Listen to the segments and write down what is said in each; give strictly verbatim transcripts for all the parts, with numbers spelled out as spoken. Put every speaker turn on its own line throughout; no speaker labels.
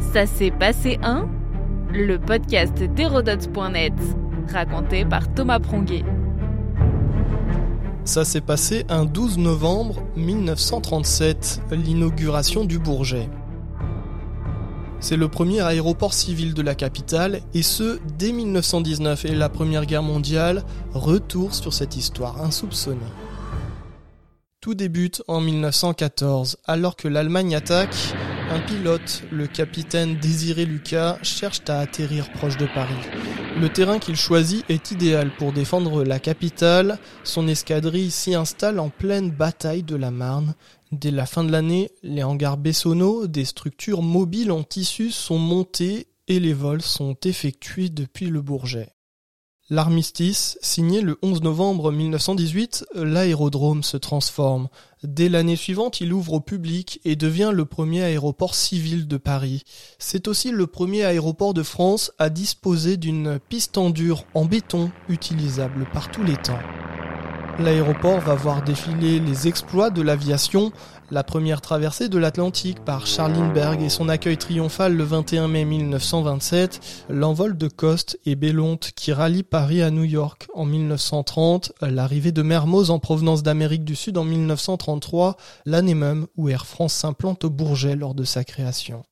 Ça s'est passé un, le podcast d'Hérodote point net, raconté par Thomas Pronguet.
Ça s'est passé un douze novembre mille neuf cent trente-sept, l'inauguration du Bourget. C'est le premier aéroport civil de la capitale, et ce, dès mille neuf cent dix-neuf et la Première Guerre mondiale, retour sur cette histoire insoupçonnée. Tout débute en mille neuf cent quatorze, alors que l'Allemagne attaque, un pilote, le capitaine Désiré Lucas, cherche à atterrir proche de Paris. Le terrain qu'il choisit est idéal pour défendre la capitale, son escadrille s'y installe en pleine bataille de la Marne. Dès la fin de l'année, les hangars Bessonneau, des structures mobiles en tissu, sont montés et les vols sont effectués depuis le Bourget. L'armistice, signé le onze novembre mille neuf cent dix-huit, l'aérodrome se transforme. Dès l'année suivante, il ouvre au public et devient le premier aéroport civil de Paris. C'est aussi le premier aéroport de France à disposer d'une piste en dur en béton utilisable par tous les temps. L'aéroport va voir défiler les exploits de l'aviation, la première traversée de l'Atlantique par Charles Lindbergh et son accueil triomphal le vingt et un mai mille neuf cent vingt-sept, l'envol de Coste et Bellonte qui rallient Paris à New York en mille neuf cent trente, l'arrivée de Mermoz en provenance d'Amérique du Sud en mille neuf cent trente-trois, l'année même où Air France s'implante au Bourget lors de sa création.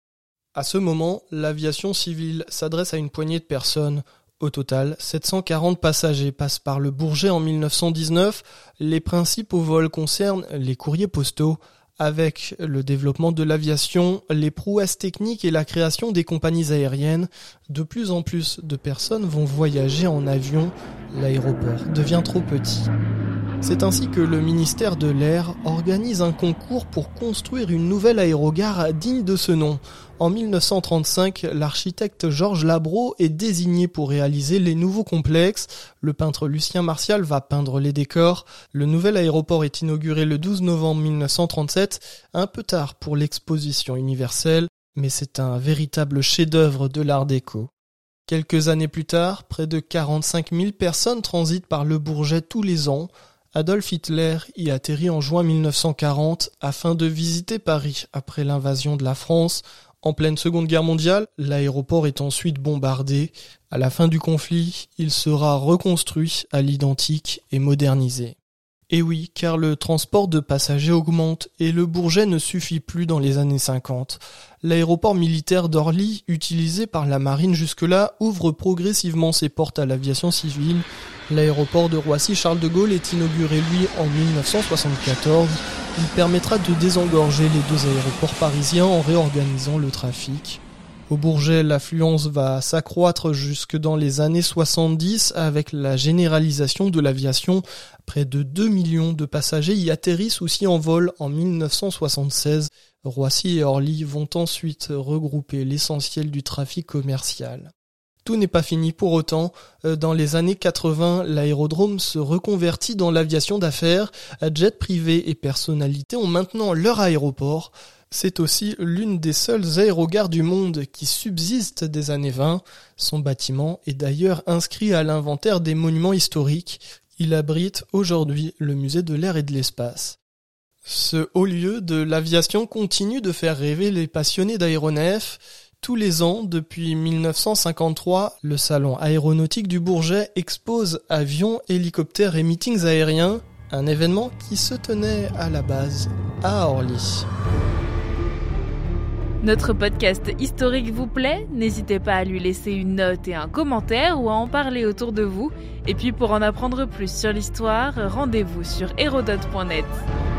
À ce moment, l'aviation civile s'adresse à une poignée de personnes. Au total, sept cent quarante passagers passent par le Bourget en mille neuf cent dix-neuf. Les principaux vols concernent les courriers postaux. Avec le développement de l'aviation, les prouesses techniques et la création des compagnies aériennes, de plus en plus de personnes vont voyager en avion. L'aéroport devient trop petit. C'est ainsi que le ministère de l'Air organise un concours pour construire une nouvelle aérogare digne de ce nom. En mille neuf cent trente-cinq, l'architecte Georges Labro est désigné pour réaliser les nouveaux complexes. Le peintre Lucien Martial va peindre les décors. Le nouvel aéroport est inauguré le douze novembre mille neuf cent trente-sept, un peu tard pour l'exposition universelle, mais c'est un véritable chef-d'œuvre de l'art déco. Quelques années plus tard, près de quarante-cinq mille personnes transitent par le Bourget tous les ans. Adolf Hitler y atterrit en juin mille neuf cent quarante afin de visiter Paris après l'invasion de la France. En pleine Seconde Guerre mondiale, l'aéroport est ensuite bombardé. À la fin du conflit, il sera reconstruit à l'identique et modernisé. Et oui, car le transport de passagers augmente et le Bourget ne suffit plus dans les années cinquante. L'aéroport militaire d'Orly, utilisé par la marine jusque-là, ouvre progressivement ses portes à l'aviation civile. L'aéroport de Roissy-Charles de Gaulle est inauguré, lui, en mille neuf cent soixante-quatorze. Il permettra de désengorger les deux aéroports parisiens en réorganisant le trafic. Au Bourget, l'affluence va s'accroître jusque dans les années soixante-dix avec la généralisation de l'aviation. Près de deux millions de passagers y atterrissent aussi en vol en mille neuf cent soixante-seize. Roissy et Orly vont ensuite regrouper l'essentiel du trafic commercial. Tout n'est pas fini pour autant. Dans les années quatre-vingts, l'aérodrome se reconvertit dans l'aviation d'affaires. Jets privés et personnalités ont maintenant leur aéroport. C'est aussi l'une des seules aérogares du monde qui subsiste des années vingt. Son bâtiment est d'ailleurs inscrit à l'inventaire des monuments historiques. Il abrite aujourd'hui le musée de l'air et de l'espace. Ce haut lieu de l'aviation continue de faire rêver les passionnés d'aéronefs. Tous les ans, depuis mille neuf cent cinquante-trois, le salon aéronautique du Bourget expose avions, hélicoptères et meetings aériens, un événement qui se tenait à la base à Orly.
Notre podcast historique vous plaît ? N'hésitez pas à lui laisser une note et un commentaire ou à en parler autour de vous. Et puis pour en apprendre plus sur l'histoire, rendez-vous sur Hérodote point net.